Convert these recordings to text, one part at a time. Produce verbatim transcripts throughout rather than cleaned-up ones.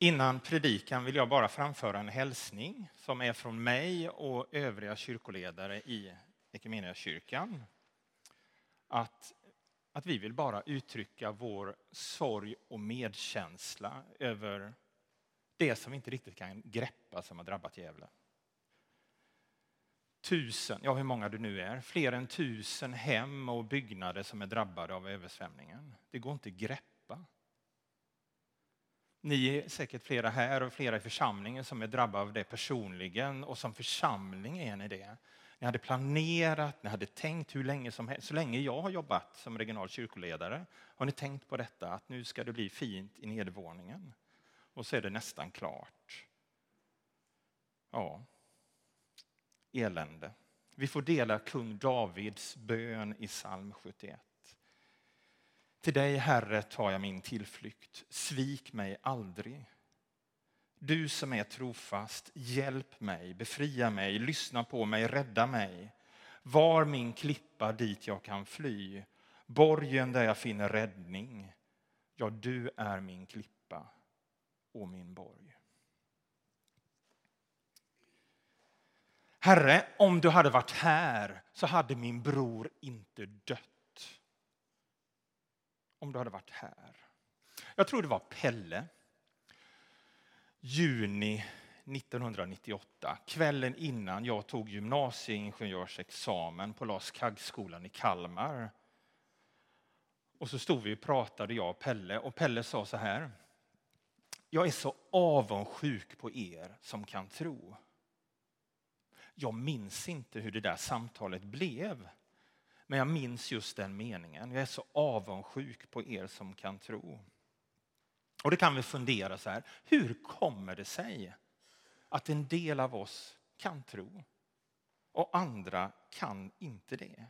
Innan predikan vill jag bara framföra en hälsning som är från mig och övriga kyrkoledare i Equmeniakyrkan. Att, att vi vill bara uttrycka vår sorg och medkänsla över det som vi inte riktigt kan greppa som har drabbat Gävle. Tusen, ja hur många det nu är, fler än tusen hem och byggnader som är drabbade av översvämningen. Det går inte att greppa. Ni är säkert flera här och flera i församlingen som är drabbade av det personligen. Och som församling är ni det. Ni hade planerat, ni hade tänkt hur länge som helst. Så länge jag har jobbat som regional kyrkoledare har ni tänkt på detta. Att nu ska det bli fint i nedervåningen. Och så är det nästan klart. Ja, elände. Vi får dela kung Davids bön i psalm sjuttioett. Till dig, Herre, tar jag min tillflykt. Svik mig aldrig. Du som är trofast, hjälp mig, befria mig, lyssna på mig, rädda mig. Var min klippa dit jag kan fly. Borgen där jag finner räddning. Ja, du är min klippa och min borg. Herre, om du hade varit här så hade min bror inte dött. Om du hade varit här. Jag tror det var Pelle. Juni nittonhundranittioåtta. Kvällen innan jag tog gymnasieingenjörsexamen på Lars Kaggskolan i Kalmar. Och så stod vi och pratade, jag och Pelle. Och Pelle sa så här. Jag är så avundsjuk på er som kan tro. Jag minns inte hur det där samtalet blev. Men jag minns just den meningen. Jag är så avundsjuk på er som kan tro. Och det kan vi fundera så här. Hur kommer det sig att en del av oss kan tro och andra kan inte det?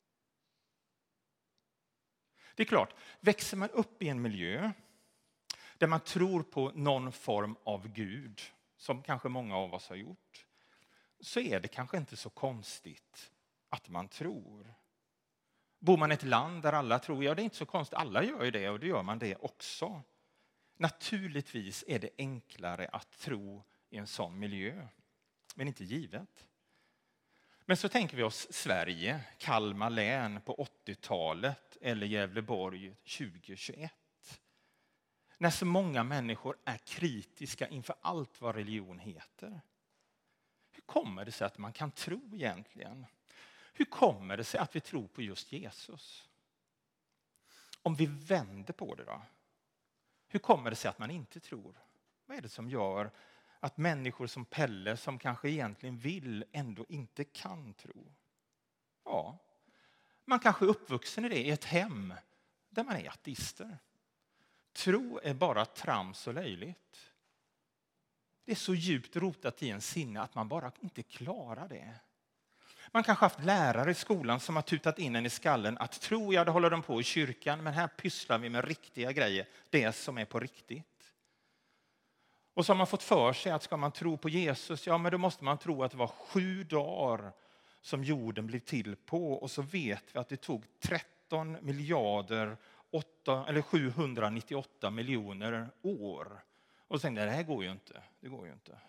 Det är klart, växer man upp i en miljö där man tror på någon form av Gud, som kanske många av oss har gjort, så är det kanske inte så konstigt att man tror. Bor man i ett land där alla tror, ja det är inte så konstigt, alla gör ju det och då gör man det också. Naturligtvis är det enklare att tro i en sån miljö, men inte givet. Men så tänker vi oss Sverige, Kalmar län på åttiotalet eller Gävleborg tjugohundratjugoett. När så många människor är kritiska inför allt vad religion heter. Hur kommer det sig att man kan tro egentligen? Hur kommer det sig att vi tror på just Jesus? Om vi vänder på det då. Hur kommer det sig att man inte tror? Vad är det som gör att människor som Pelle, som kanske egentligen vill, ändå inte kan tro? Ja, man kanske är uppvuxen i det i ett hem där man är ateister. Tro är bara trams och löjligt. Det är så djupt rotat i en sinne att man bara inte klarar det. Man kanske haft lärare i skolan som har tutat in en i skallen att tro, ja det håller de på i kyrkan, men här pysslar vi med riktiga grejer, det som är på riktigt. Och så har man fått för sig att ska man tro på Jesus, ja men då måste man tro att det var sju dagar som jorden blev till på, och så vet vi att det tog tretton miljarder åtta, eller sjuhundranittioåtta miljoner år. Och sen det här går ju inte, det går ju inte.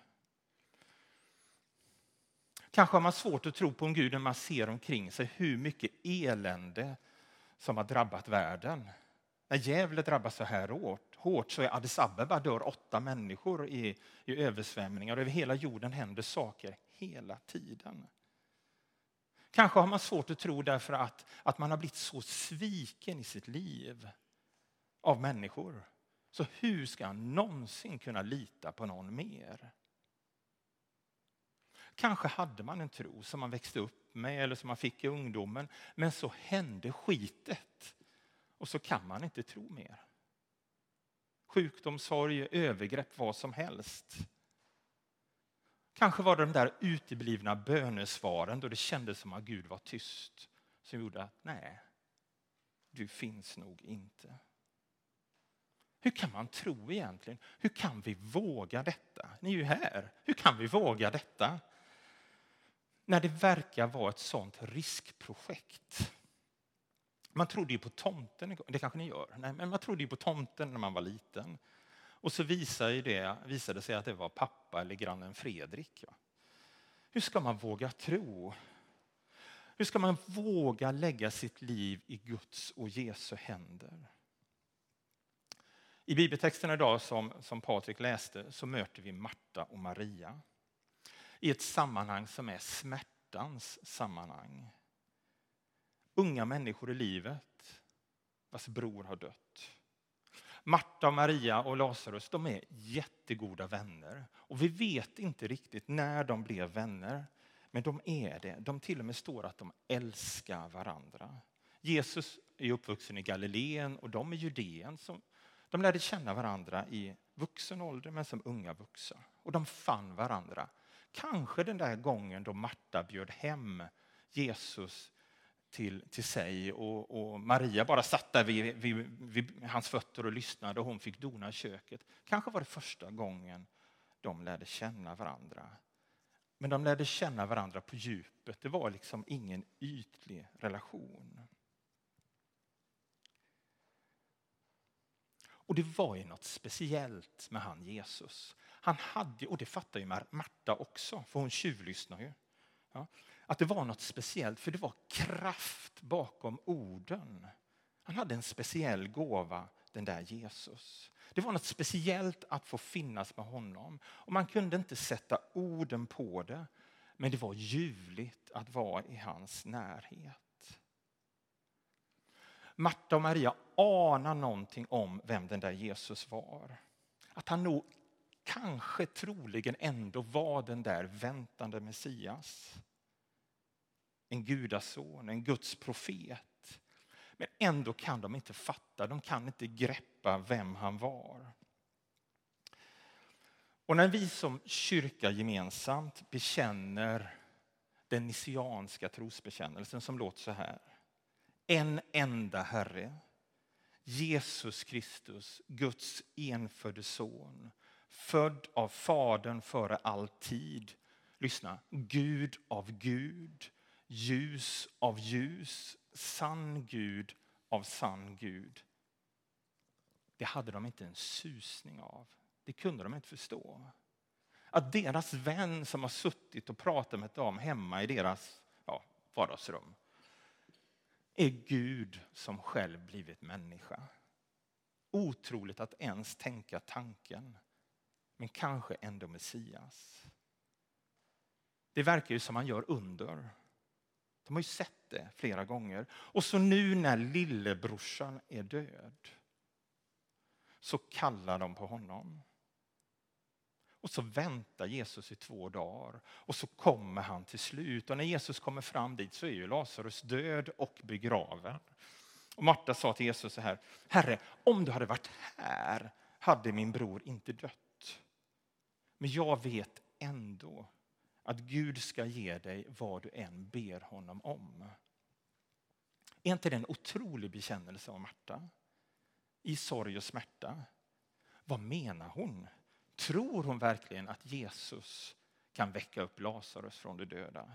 Kanske har man svårt att tro på en Gud när man ser omkring sig hur mycket elände som har drabbat världen. När Gävle drabbas så här hårt, hårt så är Addis Abeba dör åtta människor i, i översvämningar. Över hela jorden händer saker hela tiden. Kanske har man svårt att tro därför att, att man har blivit så sviken i sitt liv av människor. Så hur ska han någonsin kunna lita på någon mer? Kanske hade man en tro som man växte upp med eller som man fick i ungdomen. Men så hände skitet. Och så kan man inte tro mer. Sjukdom, sorg, övergrepp, vad som helst. Kanske var det de där uteblivna bönesvaren då det kändes som att Gud var tyst. Som gjorde att nej, du finns nog inte. Hur kan man tro egentligen? Hur kan vi våga detta? Ni är ju här. Hur kan vi våga detta? När det verkar vara ett sånt riskprojekt. Man trodde ju på tomten, det kanske ni gör. Nej, men man trodde ju på tomten när man var liten. Och så visade det, visade det sig att det var pappa eller grannen Fredrik. Ja. Hur ska man våga tro? Hur ska man våga lägga sitt liv i Guds och Jesu händer? I bibeltexten idag som, som Patrik läste så möter vi Marta och Maria i ett sammanhang som är smärtans sammanhang. Unga människor i livet vars bror har dött. Marta, Maria och Lazarus, de är jättegoda vänner. Och vi vet inte riktigt när de blev vänner. Men de är det. De till och med står att de älskar varandra. Jesus är uppvuxen i Galileen och de är Judeen. Som, de lärde känna varandra i vuxen ålder men som unga vuxna. Och de fann varandra. Kanske den där gången då Marta bjöd hem Jesus till, till sig och, och Maria bara satt där vid, vid, vid hans fötter och lyssnade och hon fick dona i köket. Kanske var det första gången de lärde känna varandra. Men de lärde känna varandra på djupet. Det var liksom ingen ytlig relation. Och det var ju något speciellt med han Jesus. Han hade, och det fattar ju Marta också, för hon tjuvlyssnar ju. Ja, att det var något speciellt, för det var kraft bakom orden. Han hade en speciell gåva, den där Jesus. Det var något speciellt att få finnas med honom. Och man kunde inte sätta orden på det. Men det var ljuvligt att vara i hans närhet. Marta och Maria anar någonting om vem den där Jesus var. Att han nog kanske troligen ändå var den där väntande Messias. En gudason, en Guds profet. Men ändå kan de inte fatta, de kan inte greppa vem han var. Och när vi som kyrka gemensamt bekänner den niceanska trosbekännelsen som låter så här. En enda Herre, Jesus Kristus, Guds enfödde son, född av Fadern före all tid. Lyssna, Gud av Gud, ljus av ljus, sann Gud av sann Gud. Det hade de inte en susning av. Det kunde de inte förstå. Att deras vän som har suttit och pratat med dem hemma i deras ja, vardagsrum är Gud som själv blivit människa. Otroligt att ens tänka tanken. Men kanske ändå Messias. Det verkar ju som han gör under. De har ju sett det flera gånger. Och så nu när lillebrorsan är död så kallar de på honom. Och så väntar Jesus i två dagar. Och så kommer han till slut. Och när Jesus kommer fram dit så är ju Lazarus död och begraven. Och Marta sa till Jesus så här. Herre, om du hade varit här hade min bror inte dött. Men jag vet ändå att Gud ska ge dig vad du än ber honom om. Är inte det en otrolig bekännelse av Marta? I sorg och smärta. Vad menar hon? Tror hon verkligen att Jesus kan väcka upp Lazarus från de döda?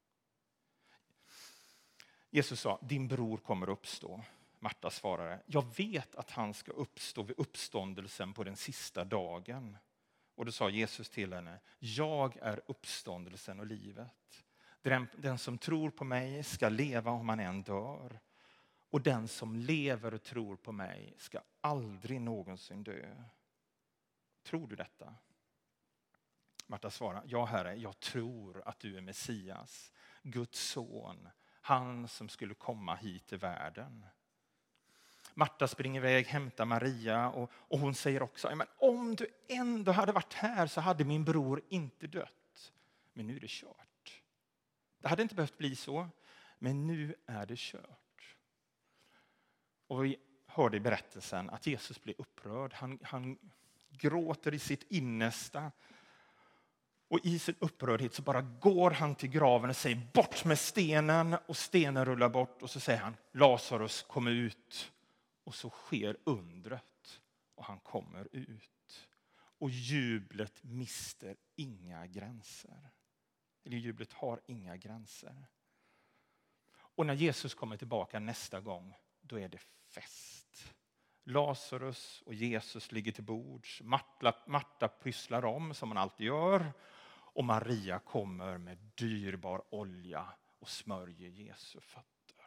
Jesus sa, din bror kommer uppstå. Marta svarade, jag vet att han ska uppstå vid uppståndelsen på den sista dagen. Och då sa Jesus till henne, jag är uppståndelsen och livet. Den, den som tror på mig ska leva om han än dör. Och den som lever och tror på mig ska aldrig någonsin dö. Tror du detta? Marta svarar, ja Herre, jag tror att du är Messias, Guds son, han som skulle komma hit till världen. Marta springer iväg, hämtar Maria och, och hon säger också, men om du ändå hade varit här så hade min bror inte dött. Men nu är det kört. Det hade inte behövt bli så, men nu är det kört. Och vi hörde i berättelsen att Jesus blir upprörd. Han, han gråter i sitt innersta. Och i sin upprördhet så bara går han till graven och säger bort med stenen. Och stenen rullar bort och så säger han Lazarus kom ut. Och så sker undret och han kommer ut. Och jublet mister inga gränser. Eller jublet har inga gränser. Och när Jesus kommer tillbaka nästa gång, då är det fest. Lazarus och Jesus ligger till bords. Marta, Marta pysslar om som man alltid gör. Och Maria kommer med dyrbar olja och smörjer Jesu fötter.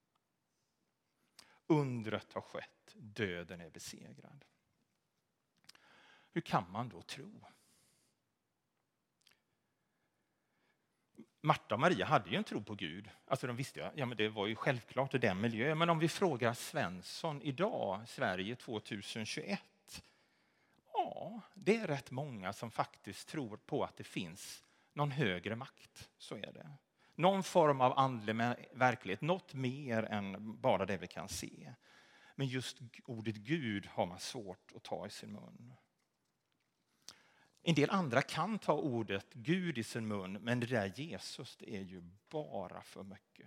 Undret har skett. Döden är besegrad. Hur kan man då tro? Marta och Maria hade ju en tro på Gud. Alltså de visste ju, ja men det var ju självklart i den miljön. Men om vi frågar Svensson idag, Sverige tjugohundratjugoett. Ja, det är rätt många som faktiskt tror på att det finns någon högre makt. Så är det. Någon form av andlig verklighet, något mer än bara det vi kan se. Men just ordet Gud har man svårt att ta i sin mun. En del andra kan ta ordet Gud i sin mun, men det där Jesus, det är ju bara för mycket.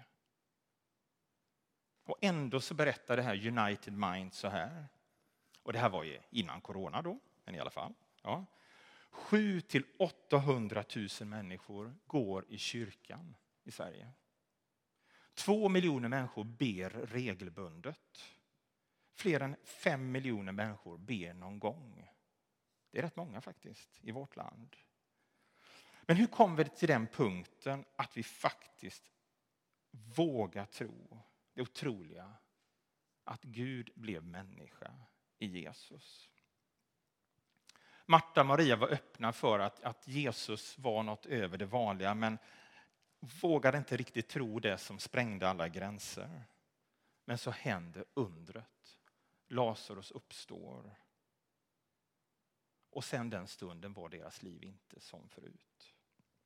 Och ändå så berättar det här United Mind så här. Och det här var ju innan corona då, men i alla fall. Ja. sju till åttahundratusen människor går i kyrkan i Sverige. Två miljoner människor ber regelbundet. Fler än fem miljoner människor ber någon gång. Det är rätt många faktiskt i vårt land. Men hur kom vi till den punkten att vi faktiskt vågar tro det otroliga att Gud blev människa i Jesus? Marta och Maria var öppna för att, att Jesus var något över det vanliga, men vågade inte riktigt tro det som sprängde alla gränser. Men så hände undret. Lazarus uppstår. Och sen den stunden var deras liv inte som förut.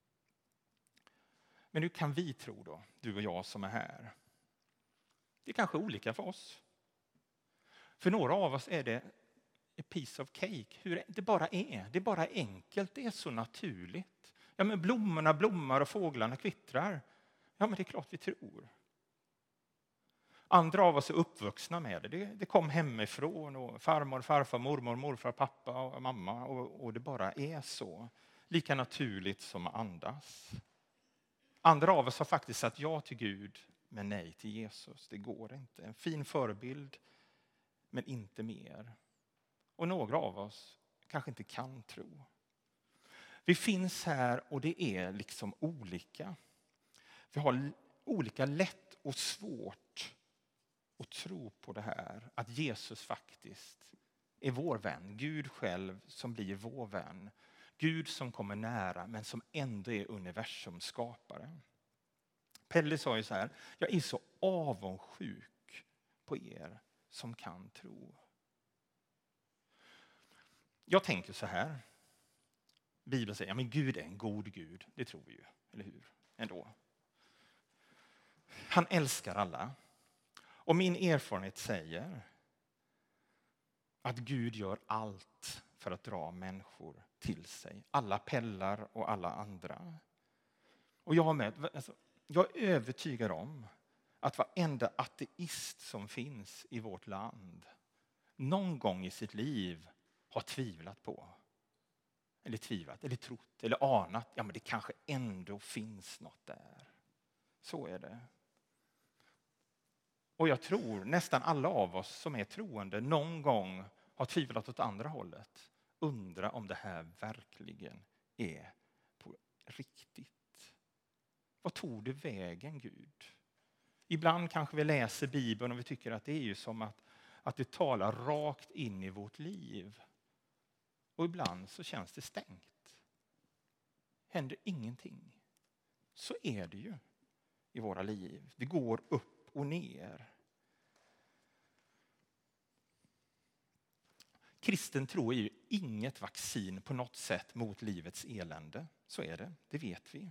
Men hur kan vi tro då, du och jag som är här? Det är kanske olika för oss. För några av oss är det a piece of cake. Hur det bara är. Det är bara enkelt. Det är så naturligt. Ja, men blommorna blommar och fåglarna kvittrar. Ja, men det är klart vi tror. Andra av oss är uppvuxna med det. Det, det kom hemifrån. Och farmor, farfar, mormor, morfar, pappa och mamma. Och, och det bara är så. Lika naturligt som att andas. Andra av oss har faktiskt sagt ja till Gud, men nej till Jesus. Det går inte. En fin förebild, men inte mer. Och några av oss kanske inte kan tro. Vi finns här och det är liksom olika. Vi har olika lätt och svårt att tro på det här. Att Jesus faktiskt är vår vän. Gud själv som blir vår vän. Gud som kommer nära men som ändå är universums skapare. Pelle sa ju så här: jag är så avundsjuk på er som kan tro. Jag tänker så här. Bibeln säger att ja, Gud är en god Gud. Det tror vi ju, eller hur? Ändå. Han älskar alla. Och min erfarenhet säger att Gud gör allt för att dra människor till sig. Alla pellar och alla andra. Och jag, med, alltså, jag är övertygad om att varenda ateist som finns i vårt land någon gång i sitt liv har tvivlat på. Eller tvivlat, eller trott, eller anat. Ja, men det kanske ändå finns något där. Så är det. Och jag tror nästan alla av oss som är troende någon gång har tvivlat åt andra hållet. Undra om det här verkligen är på riktigt. Vad tog det vägen, Gud? Ibland kanske vi läser Bibeln och vi tycker att det är ju som att, att det talar rakt in i vårt liv. Och ibland så känns det stängt. Händer ingenting. Så är det ju i våra liv. Det går upp och ner. Kristen tro är ju inget vaccin på något sätt mot livets elände. Så är det, det vet vi.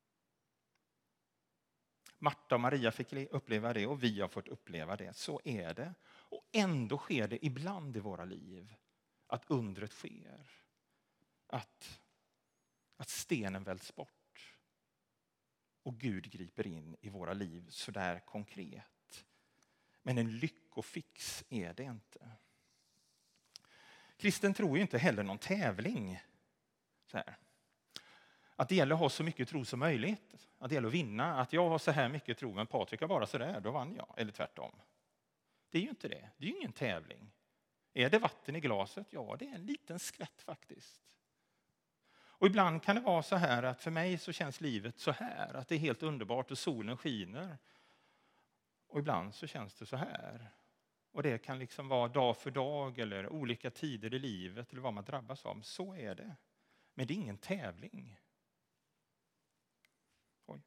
Marta och Maria fick uppleva det och vi har fått uppleva det. Så är det. Och ändå sker det ibland i våra liv att undret sker. Att, att stenen välts bort. Och Gud griper in i våra liv så där konkret. Men en lyckofix är det inte. Kristen tror ju inte heller någon tävling. Så här. Att det gäller att ha så mycket tro som möjligt. Att det gäller att vinna. Att jag har så här mycket tro men Patrik har bara så där. Då vann jag. Eller tvärtom. Det är ju inte det. Det är ju ingen tävling. Är det vatten i glaset? Ja, det är en liten skvätt faktiskt. Och ibland kan det vara så här att för mig så känns livet så här. Att det är helt underbart och solen skiner. Och ibland så känns det så här. Och det kan liksom vara dag för dag eller olika tider i livet eller vad man drabbas av. Så är det. Men det är ingen tävling. Oj.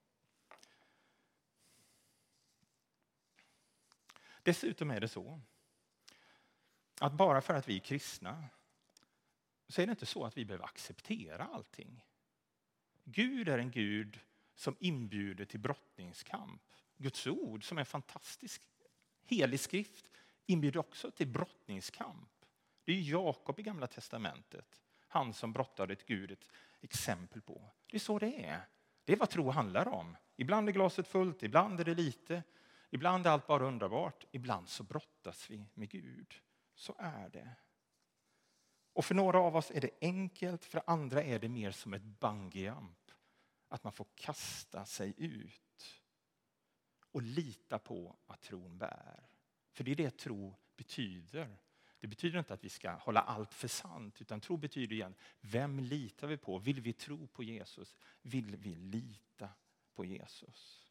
Dessutom är det så att bara för att vi är kristna så är det inte så att vi behöver acceptera allting. Gud är en Gud som inbjuder till brottningskamp. Guds ord som är fantastisk, helig skrift, inbjuder också till brottningskamp. Det är Jakob i Gamla testamentet, han som brottade ett Gud, ett exempel på. Det är så det är. Det är vad tro handlar om. Ibland är glaset fullt, ibland är det lite. Ibland är allt bara underbart, ibland så brottas vi med Gud. Så är det. Och för några av oss är det enkelt, för andra är det mer som ett bungyjump. Att man får kasta sig ut och lita på att tron bär. För det är det tro betyder. Det betyder inte att vi ska hålla allt för sant, utan tro betyder igen, vem litar vi på? Vill vi tro på Jesus? Vill vi lita på Jesus?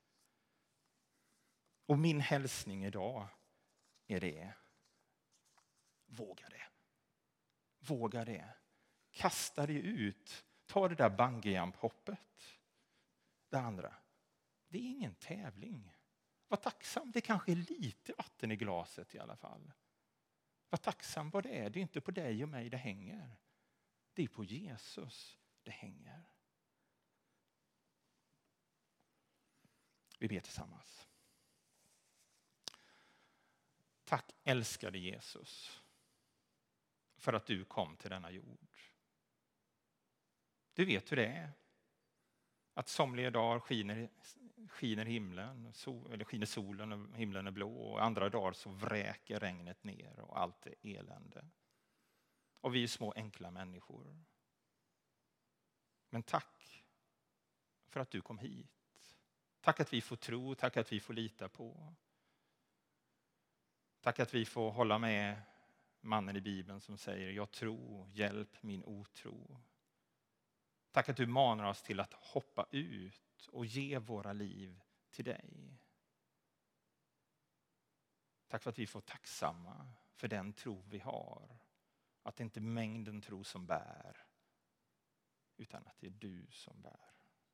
Och min hälsning idag är det, våga det. Våga det. Kasta dig ut. Ta det där bungyjump-hoppet. Det andra. Det är ingen tävling. Var tacksam. Det kanske är lite vatten i glaset i alla fall. Var tacksam vad det är. Det är inte på dig och mig det hänger. Det är på Jesus det hänger. Vi ber tillsammans. Tack älskade Jesus för att du kom till denna jord. Du vet hur det är. Att somliga dagar skiner, skiner himlen, sol, eller skiner solen och himlen är blå. Och andra dagar så vräker regnet ner och allt är elände. Och vi är små enkla människor. Men tack för att du kom hit. Tack att vi får tro, tack att vi får lita på. Tack att vi får hålla med mannen i Bibeln som säger, jag tror, hjälp min otro. Tack att du manar oss till att hoppa ut och ge våra liv till dig. Tack för att vi får tacksamma för den tro vi har. Att det inte är mängden tro som bär, utan att det är du som bär.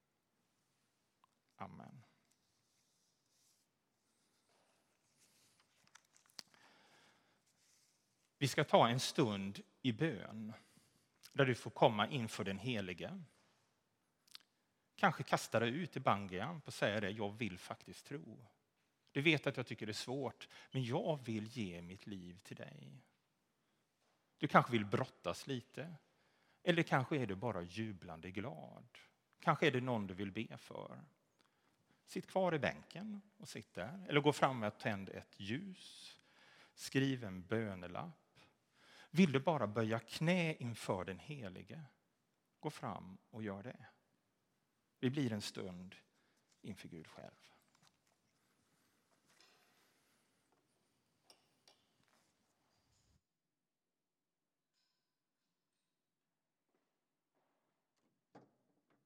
Amen. Vi ska ta en stund i bön där du får komma inför den helige. Kanske kasta dig ut i bungyjump och säga det, jag vill faktiskt tro. Du vet att jag tycker det är svårt, men jag vill ge mitt liv till dig. Du kanske vill brottas lite, eller kanske är du bara jublande glad. Kanske är det någon du vill be för. Sitt kvar i bänken och sitt där, eller gå fram och tänd ett ljus. Skriv en bönelapp. Vill du bara böja knä inför den helige? Gå fram och gör det. Vi blir en stund inför Gud själv.